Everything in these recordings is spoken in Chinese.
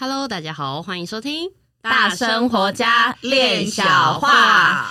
Hello， 大家好，欢迎收听大生活家练小话。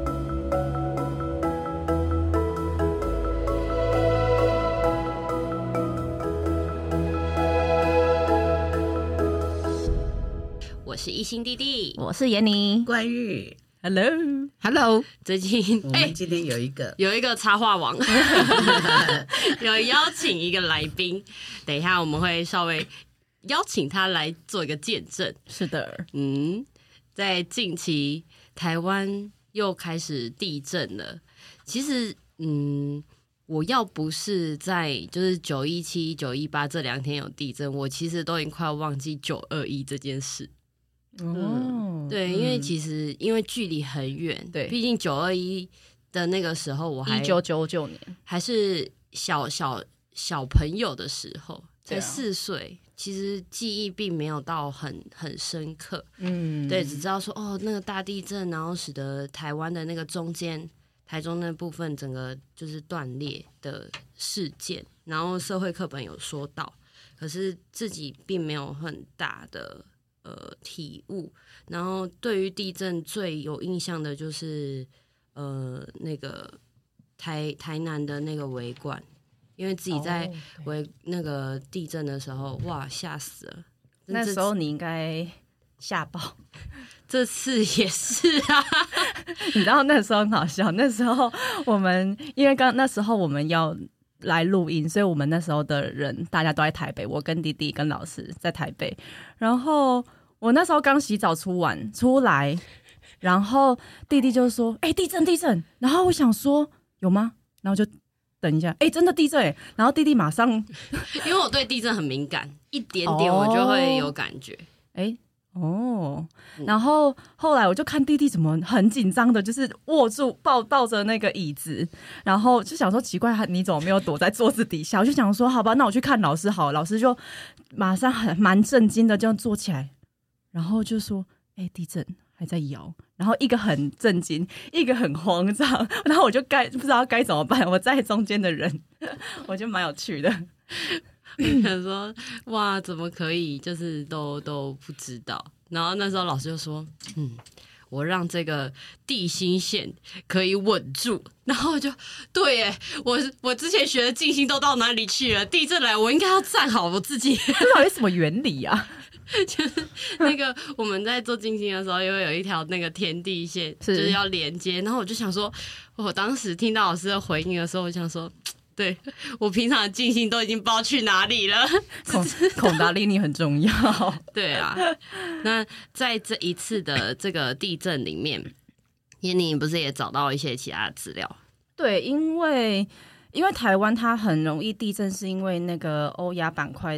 我是一心弟弟， 我是闫妮， 关玉。 Hello， 最近我们今天有一个插画王，有邀请一个来宾，等一下我们会稍微邀请他来做一个见证。 是的， 在近期台湾又开始地震了。其实，我要不是在就是917、918这2天有地震，我其实都已经快要忘记921这件事。对，因为其实因为距离很远， 对， 毕竟921的那个时候我还 1999年还是小朋友的时候，才4岁，其实记忆并没有到很深刻。对，只知道说那个大地震，然后使得台湾的那个中间台中那部分整个就是断裂的事件，然后社会课本有说到，可是自己并没有很大的体悟。然后对于地震最有印象的就是那个台南的那个维馆，因为自己在那个地震的时候，哇，吓死了！ 那时候你应该吓爆， 这次也是啊。 你知道那时候很好笑，那时候我们因为那时候我们要来录音，所以我们那时候的人大家都在台北，我跟弟弟跟老师在台北，然后我那时候刚洗澡出来，然后弟弟就说地震，然后我想说有吗？然后就等一下真的地震然后弟弟马上因为我对地震很敏感，一点点我就会有感觉然后后来我就看弟弟怎么很紧张的，就是握住抱着那个椅子，然后就想说奇怪，你怎么没有躲在桌子底下？我就想说好吧，那我去看老师好了。老师就马上蛮震惊的这样坐起来，然后就说地震还在摇，然后一个很震惊，一个很慌张，然后我就不知道该怎么办，我在中间的人我觉得蛮有趣的。 我想说哇，怎么可以就是都不知道。然后那时候老师就说我让这个地心线可以稳住，然后就对耶，我之前学的静心都到哪里去了？地震来我应该要站好我自己。 这到底什么原理啊？ 就是那个我们在做静心的时候，因为有一条那个天地线就是要连接，然后我就想说，我当时听到老师的回应的时候，我想说，对，我平常的静心都已经不知道去哪里了。 孔达利尼很重要。 对啊，那在这一次的这个地震里面，闫妮不是也找到一些其他的资料？ 对，因为台湾它很容易地震，是因为那个欧亚板块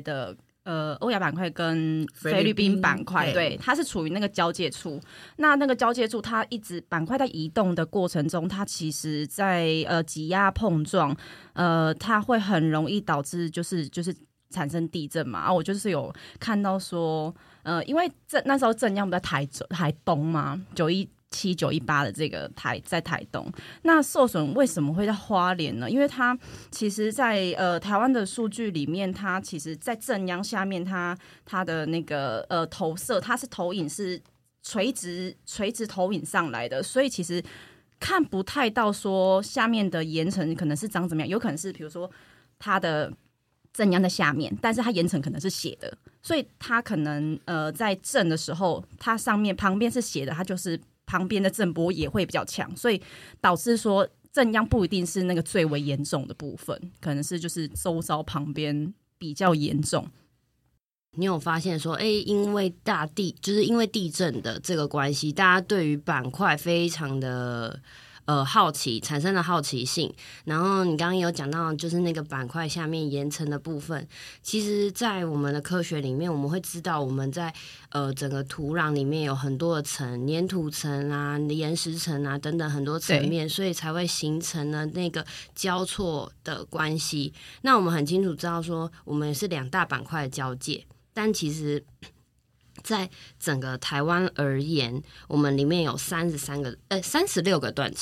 跟菲律宾板块，对，它是处于那个交界处。那个交界处，它一直板块在移动的过程中，它其实在挤压碰撞，它会很容易导致就是产生地震嘛。我就是有看到说，因为那时候震央不在台东嘛，917、918的这个在台东，那受损为什么会在花莲呢？因为它其实在台湾的数据里面，它其实在震央下面，它的那个投射，它是投影是垂直投影上来的，所以其实看不太到说下面的岩层可能是长怎么样，有可能是比如说它的震央在下面，但是它岩层可能是斜的，所以它可能在震的时候，它旁边是斜的，它就是旁边的震波也会比较强，所以导致说震央不一定是那个最为严重的部分，可能是就是周遭旁边比较严重。 你有发现说，因为就是因为地震的这个关系，大家对于板块非常的好奇，产生了好奇心。然后你刚刚有讲到，就是那个板块下面岩层的部分，其实在我们的科学里面，我们会知道我们在整个土壤里面有很多的层，粘土层啊、岩石层啊等等很多层面，所以才会形成了那个交错的关系。那我们很清楚知道说，我们是2大板块的交界，但其实在整个台湾而言，我们里面有36个断层。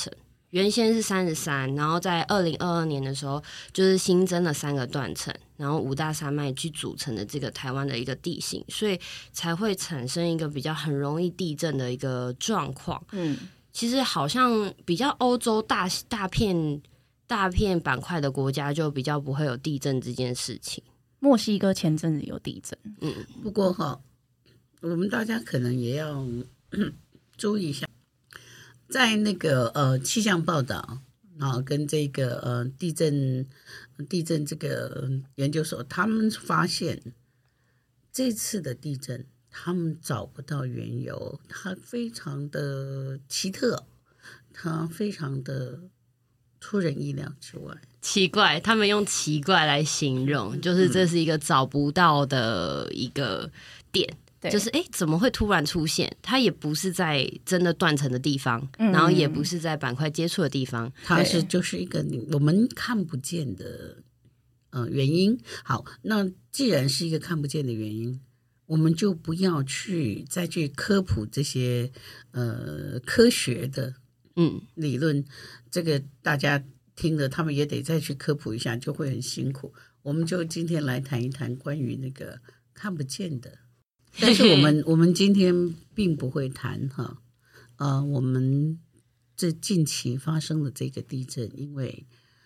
原先是33，然后在2022年的时候，就是新增了3个断层，然后5大山脉去组成的这个台湾的一个地形，所以才会产生一个比较很容易地震的一个状况。其实好像比较欧洲大片板块的国家就比较不会有地震这件事情。 墨西哥前阵子有地震， 不过我们大家可能也要注意一下。在那个气象报道跟这个地震这个研究所，他们发现这次的地震他们找不到缘由，它非常的奇特，它非常的出人意料之外。 奇怪，他们用奇怪来形容，就是这是一个找不到的一个点。就是怎么会突然出现？它也不是在真的断层的地方，然后也不是在板块接触的地方， 它就是一个我们看不见的原因。好，那既然是一个看不见的原因，我们就不要再去科普这些科学的理论，这个大家听了他们也得再去科普一下，就会很辛苦。我们就今天来谈一谈关于那个看不见的。但是我们今天并不会谈我们这近期发生的这个地震，因为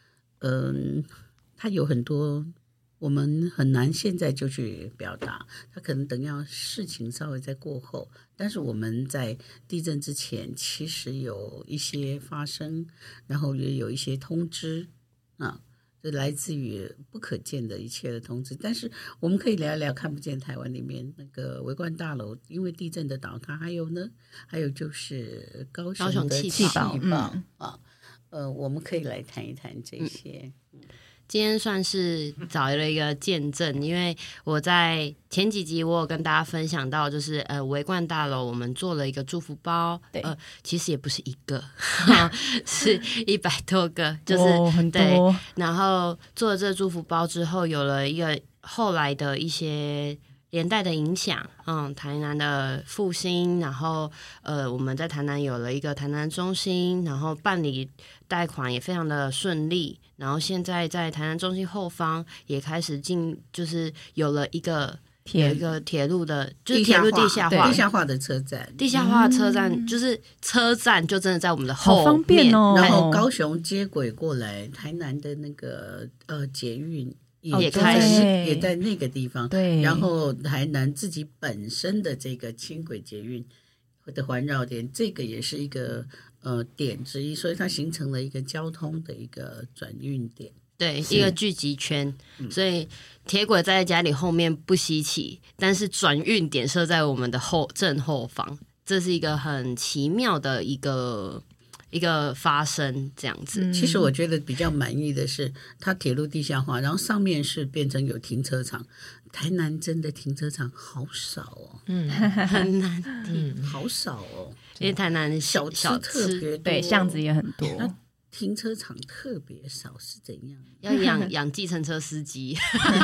它有很多我们很难现在就去表达，它可能等要事情稍微再过后。但是我们在地震之前其实有一些发生，然后也有一些通知来自于不可见的一切的通知。但是我们可以聊一聊看不见台湾里面那个维冠大楼因为地震的倒塌，还有就是高雄的气爆我们可以来谈一谈这些。 今天算是找了一个见证，因为我在前几集我有跟大家分享到，就是维冠大楼我们做了一个祝福包，其实也不是一个是100多个，就是很多。 对，然后做了这个祝福包之后，有了一个后来的一些连带的影响，台南的复兴，然后我们在台南有了一个台南中心，然后办理贷款也非常的顺利，然后现在在台南中心后方也开始就是有了一个铁路的，就是铁路地下化的车站， 地下化的车站，就是车站就真的在我们的后面， 好方便哦。 然后高雄接轨过来，台南的那个捷运也开始也在那个地方， 对。 然后台南自己本身的这个轻轨捷运的环绕点，这个也是一个点之一，所以它形成了一个交通的一个转运点， 对，一个聚集圈。所以铁轨在家里后面不稀奇，但是转运点设在我们的正后方，这是一个很奇妙的一个发生这样子。 其实我觉得比较满意的是它铁路地下化，然后上面是变成有停车场。台南真的停车场好少哦， 很难停， 好少哦。 因为台南小吃特别多， 对，巷子也很多， 停车场特别少是怎样？ 要养计程车司机。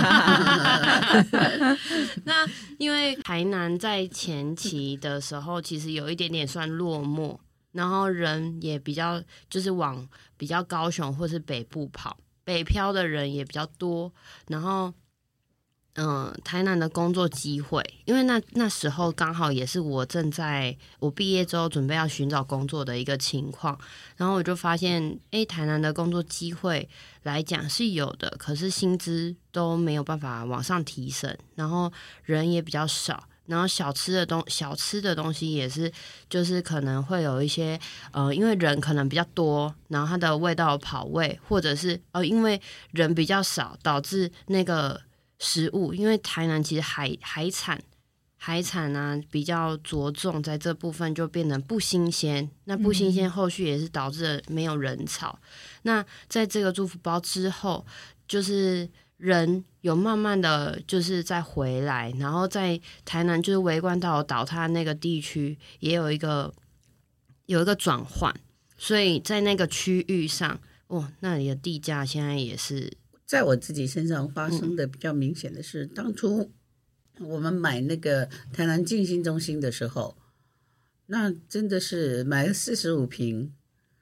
那因为台南在前期的时候，其实有一点点算落寞，然后人也比较就是往比较高雄或是北部跑，北漂的人也比较多，然后台南的工作机会，因为那时候刚好也是我毕业之后准备要寻找工作的一个情况，然后我就发现台南的工作机会来讲是有的，可是薪资都没有办法往上提升，然后人也比较少，然后小吃的东西也是就是可能会有一些因为人可能比较多，然后它的味道跑味，或者是因为人比较少导致那个食物，因为台南其实海产啊比较着重在这部分，就变得不新鲜。那不新鲜后续也是导致了没有人潮。那在这个祝福包之后，就是人有慢慢的就是再回来，然后在台南就是维冠大楼倒塌那个地区也有一个转换，所以在那个区域上，那里的地价现在也是。 在我自己身上发生的比较明显的是，当初我们买那个台南静心中心的时候，那真的是买了45坪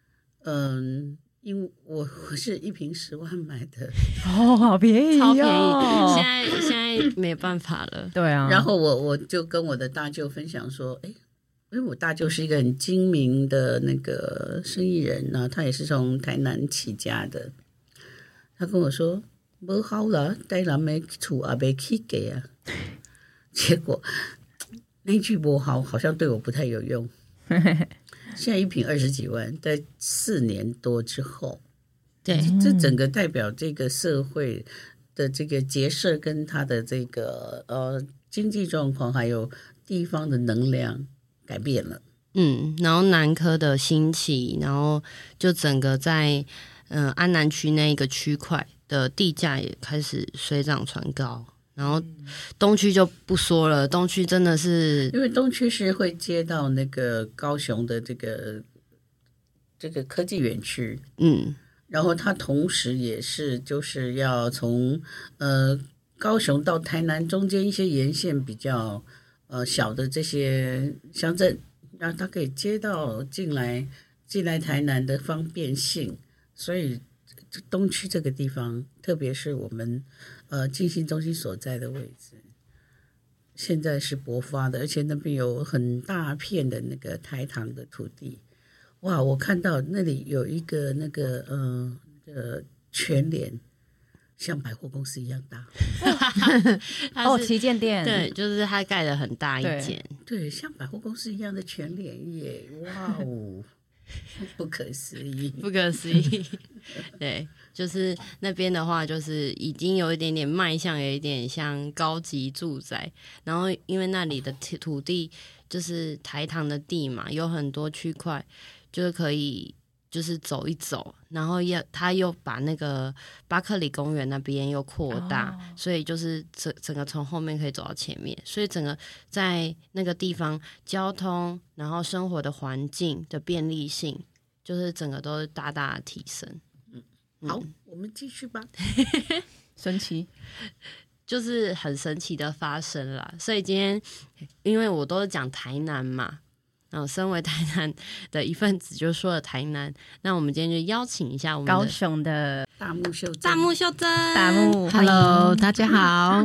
因为我是1坪10万买的， 好便宜， 超便宜，现在没办法了。 对啊， 然后我就跟我的大舅分享说，因为我大舅是一个很精明的那个生意人呢，他也是从台南起家的。他跟我说，不好啦，台南的厝也没起价啊。结果那句不好，好像对我不太有用。现在1坪20几万，在4年多之后， 对， 这整个代表这个社会的这个结社跟他的这个经济状况，还有地方的能量改变了。 然后南科的兴起，然后就整个在安南区那一个区块的地价也开始水涨船高。然后东区就不说了，东区真的是因为东区是会接到那个高雄的这个科技园区，然后它同时也是就是要从高雄到台南中间一些沿线比较小的这些乡镇，让它可以接到进来台南的方便性，所以东区这个地方，特别是我们进行中心所在的位置，现在是勃发的，而且那边有很大片的那个台糖的土地。哇，我看到那里有一个那个全联，像百货公司一样大。 旗舰店， 对，就是它盖了很大一间， 对，像百货公司一样的全联耶，哇哦！不可思议， 不可思议。对，就是那边的话，就是已经有一点点迈向，有一点像高级住宅。然后因为那里的土地就是台糖的地嘛，有很多区块，就是可以就是走一走，然后他又把那个巴克里公园那边又扩大，所以就是整个从后面可以走到前面，所以整个在那个地方交通，然后生活的环境的便利性，就是整个都是大大的提升。 好，我们继续吧。 神奇， 就是很神奇的发生啦。所以今天因为我都是讲台南嘛。身为台南的一份子，就说了台南。那我们今天就邀请一下我们高雄的大木秀珍， 大木 ，Hello， 大家好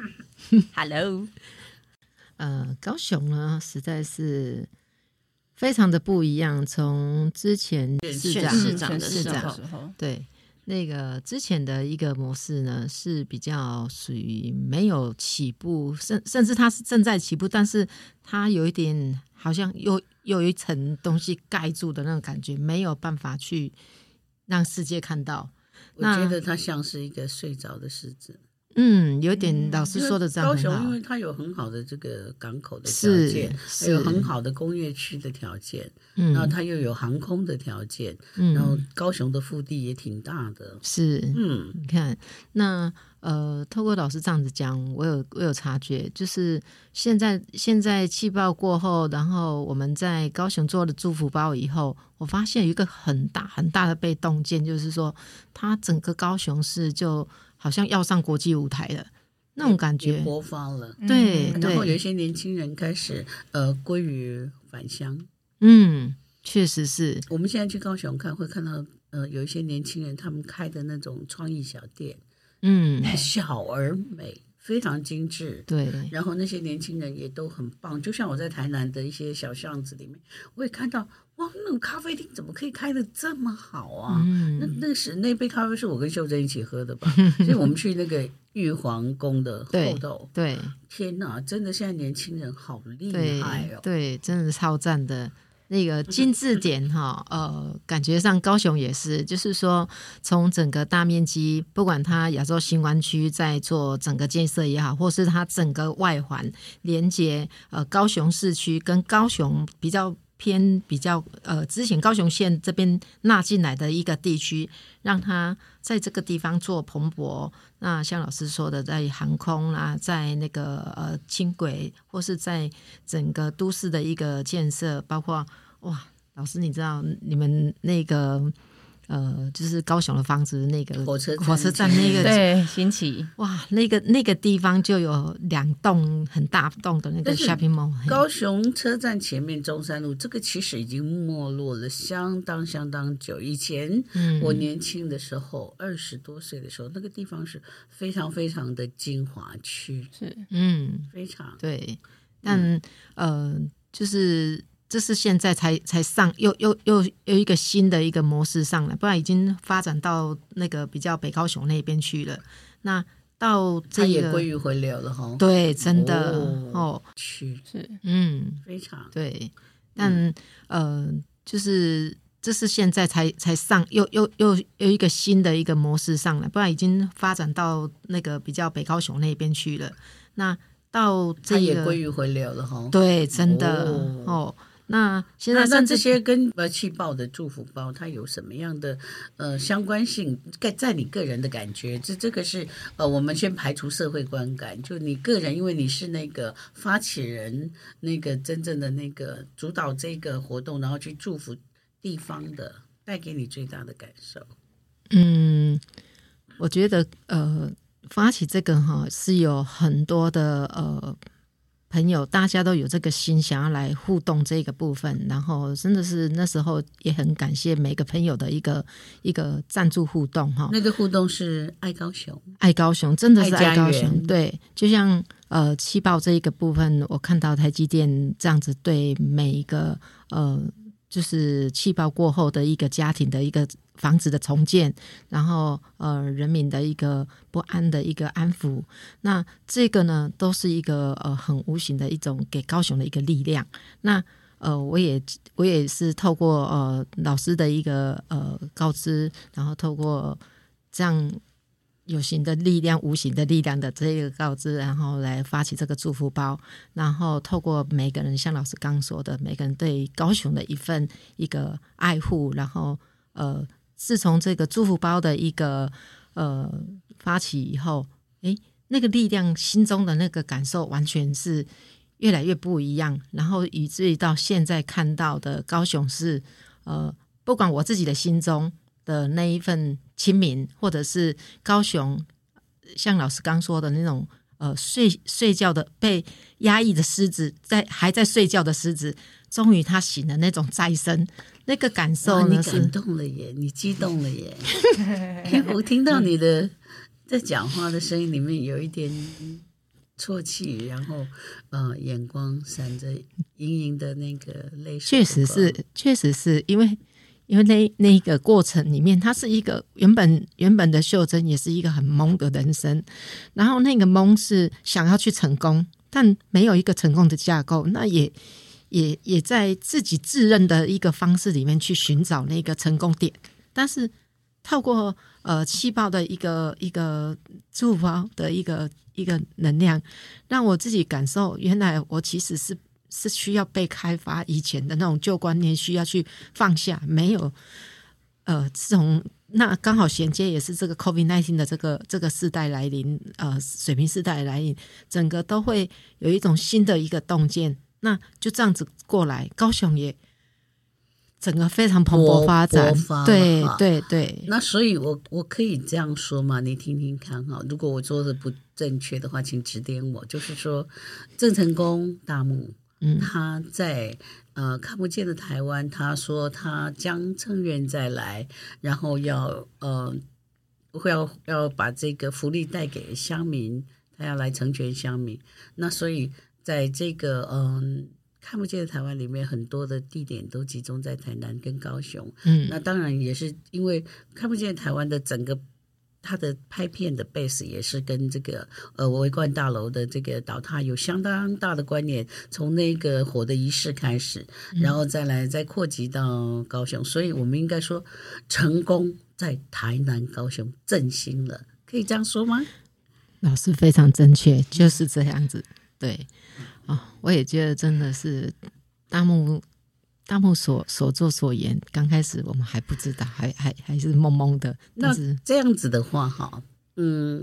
，Hello。 高雄呢，实在是非常的不一样。从之前选市长的时候， 对。那个之前的一个模式呢，是比较属于没有起步，甚至它是正在起步，但是它有一点好像有一层东西盖住的那种感觉，没有办法去让世界看到。 我觉得它像是一个睡着的狮子。 有点老师说的这样很好。 高雄因为它有很好的这个港口的条件，还有很好的工业区的条件，然后它又有航空的条件，然后高雄的腹地也挺大的。 是，你看，那透过老师这样子讲，我有察觉，就是现在气爆过后，然后我们在高雄做了祝福包以后，我发现有一个很大很大的被洞见，就是说，它整个高雄市就好像要上国际舞台了，那种感觉勃发了。 对， 然后有一些年轻人开始归于返乡。 确实是。 我们现在去高雄看，会看到有一些年轻人他们开的那种创意小店，小而美，非常精致。 对，然后那些年轻人也都很棒，就像我在台南的一些小巷子里面，我也看到哇，那种咖啡厅怎么可以开得这么好啊？那杯咖啡是我跟秀珍一起喝的吧？所以我们去那个玉皇宫的后头， 对， 天哪，真的现在年轻人好厉害哦！ 对，真的超赞的。那个精致点感觉上高雄也是，就是说从整个大面积，不管它亚洲新湾区在做整个建设也好，或是它整个外环连接高雄市区跟高雄比较之前高雄县这边纳进来的一个地区，让它在这个地方做蓬勃。那像老师说的，在航空啦，在那个轻轨，或是在整个都市的一个建设，包括哇，老师你知道你们那个就是高雄的房子那个火车站那个对新奇哇，那个地方就有2栋很大栋的那个 shopping mall。 高雄车站前面中山路这个其实已经没落了相当久。以前我年轻的时候，20多岁的时候，那个地方是非常非常的精华区， 是非常对，但就是这是现在才上又一个新的一个模式上来，不然已经发展到那个比较北高雄那边去了。那到这个它也归于回流了哈。 对，真的去是非常对，但就是这是现在才上又一个新的一个模式上来，不然已经发展到那个比较北高雄那边去了。那到这个它也归于回流了哈。 对，真的那现在那这些跟气爆的祝福包，它有什么样的相关性？在你个人的感觉，这个是我们先排除社会观感，就你个人，因为你是那个发起人，那个真正的那个主导这个活动，然后去祝福地方的，带给你最大的感受。 我觉得发起这个是有很多的朋友，大家都有这个心想要来互动这个部分，然后真的是那时候也很感谢每个朋友的一个赞助互动那个互动是爱高雄， 爱高雄真的是爱高雄。对，就像气爆这一个部分，我看到台积电这样子对每一个就是气爆过后的一个家庭的一个房子的重建，然后人民的一个不安的一个安抚，那这个呢都是一个很无形的一种给高雄的一个力量。那我也是透过老师的一个告知，然后透过这样有形的力量无形的力量的这个告知，然后来发起这个祝福包，然后透过每个人像老师刚说的，每个人对高雄的一个爱护，然后自从这个祝福包的一个发起以后，那个力量心中的那个感受完全是越来越不一样，然后以至于到现在看到的高雄市不管我自己的心中的那一份亲民，或者是高雄像老师刚说的那种睡觉的被压抑的狮子，还在睡觉的狮子，终于他醒了那种再生，那个感受呢， 你感动了耶，你激动了耶我听到你的在讲话的声音里面有一点啜泣，然后眼光闪着盈盈的那个泪水。 确实是因为那个过程里面，它是一个原本的秀珍也是一个很懵的人生，然后那个懵是想要去成功，但没有一个成功的架构，那也在自己自认的一个方式里面去寻找那个成功点，但是透过气爆的一个祝福的一个能量，让我自己感受，原来我其实是需要被开发，以前的那种旧观念需要去放下，没有这种，那刚好衔接也是这个 COVID-19 的这个世代来临，水平世代来临，整个都会有一种新的一个洞见，那就这样子过来，高雄也整个非常蓬勃发展，对。 那所以我可以这样说嘛？你听听看哈，如果我做的不正确的话，请指点我。就是说，郑成功大墓。他在看不见的台湾，他说他将趁愿再来，然后要把这个福利带给乡民，他要来成全乡民。那所以在这个看不见的台湾里面，很多的地点都集中在台南跟高雄。那当然也是因为看不见的台湾的整个它的拍片的 base 也是跟这个维冠大楼的这个倒塌有相当大的关联，从那个火的仪式开始，然后再扩及到高雄，所以我们应该说成功在台南高雄振兴了，可以这样说吗？ 老师非常正确，就是这样子。对我也觉得真的是大幕所作所言，刚开始我们还不知道，还是懵懵的。 那这样子的话哈，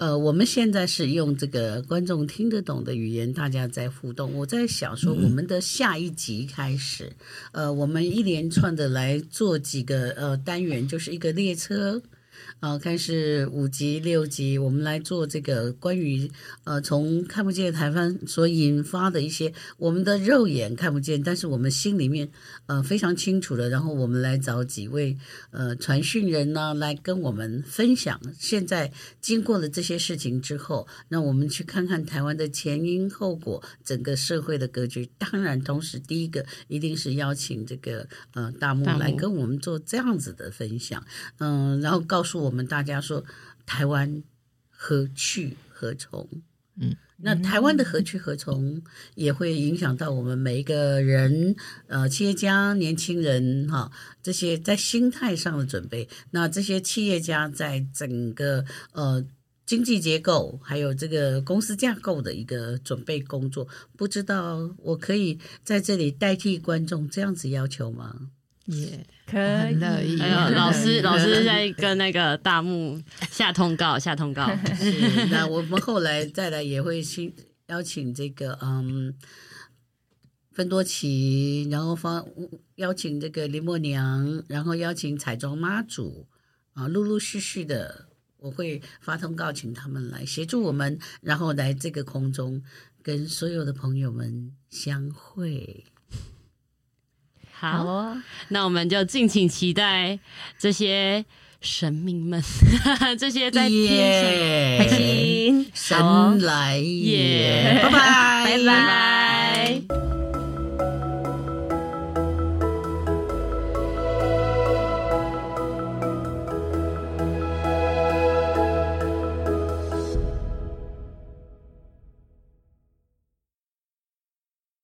我们现在是用这个观众听得懂的语言，大家在互动。我在想说，我们的下一集开始，我们一连串的来做几个单元，就是一个列车。开始5集6集，我们来做这个关于从看不见的台湾所引发的一些我们的肉眼看不见，但是我们心里面非常清楚的，然后我们来找几位传讯人呢，来跟我们分享现在经过了这些事情之后，那我们去看看台湾的前因后果，整个社会的格局。当然同时第一个一定是邀请这个大木来跟我们做这样子的分享，然后告诉我们大家说台湾何去何从。那台湾的何去何从也会影响到我们每一个人，企业家、年轻人哈，这些在心态上的准备。那这些企业家在整个经济结构还有这个公司架构的一个准备工作，不知道我可以在这里代替观众这样子要求吗？ 也可以。 老师在跟那个大木下通告。是， 那我们后来再来也会邀请这个芬多奇，然后邀请这个林默娘，然后邀请彩妆妈祖陆陆续续的我会发通告请他们来协助我们，然后来这个空中跟所有的朋友们相会。 好，那我们就敬请期待这些神明们这些在天上开心神来也，拜拜拜拜。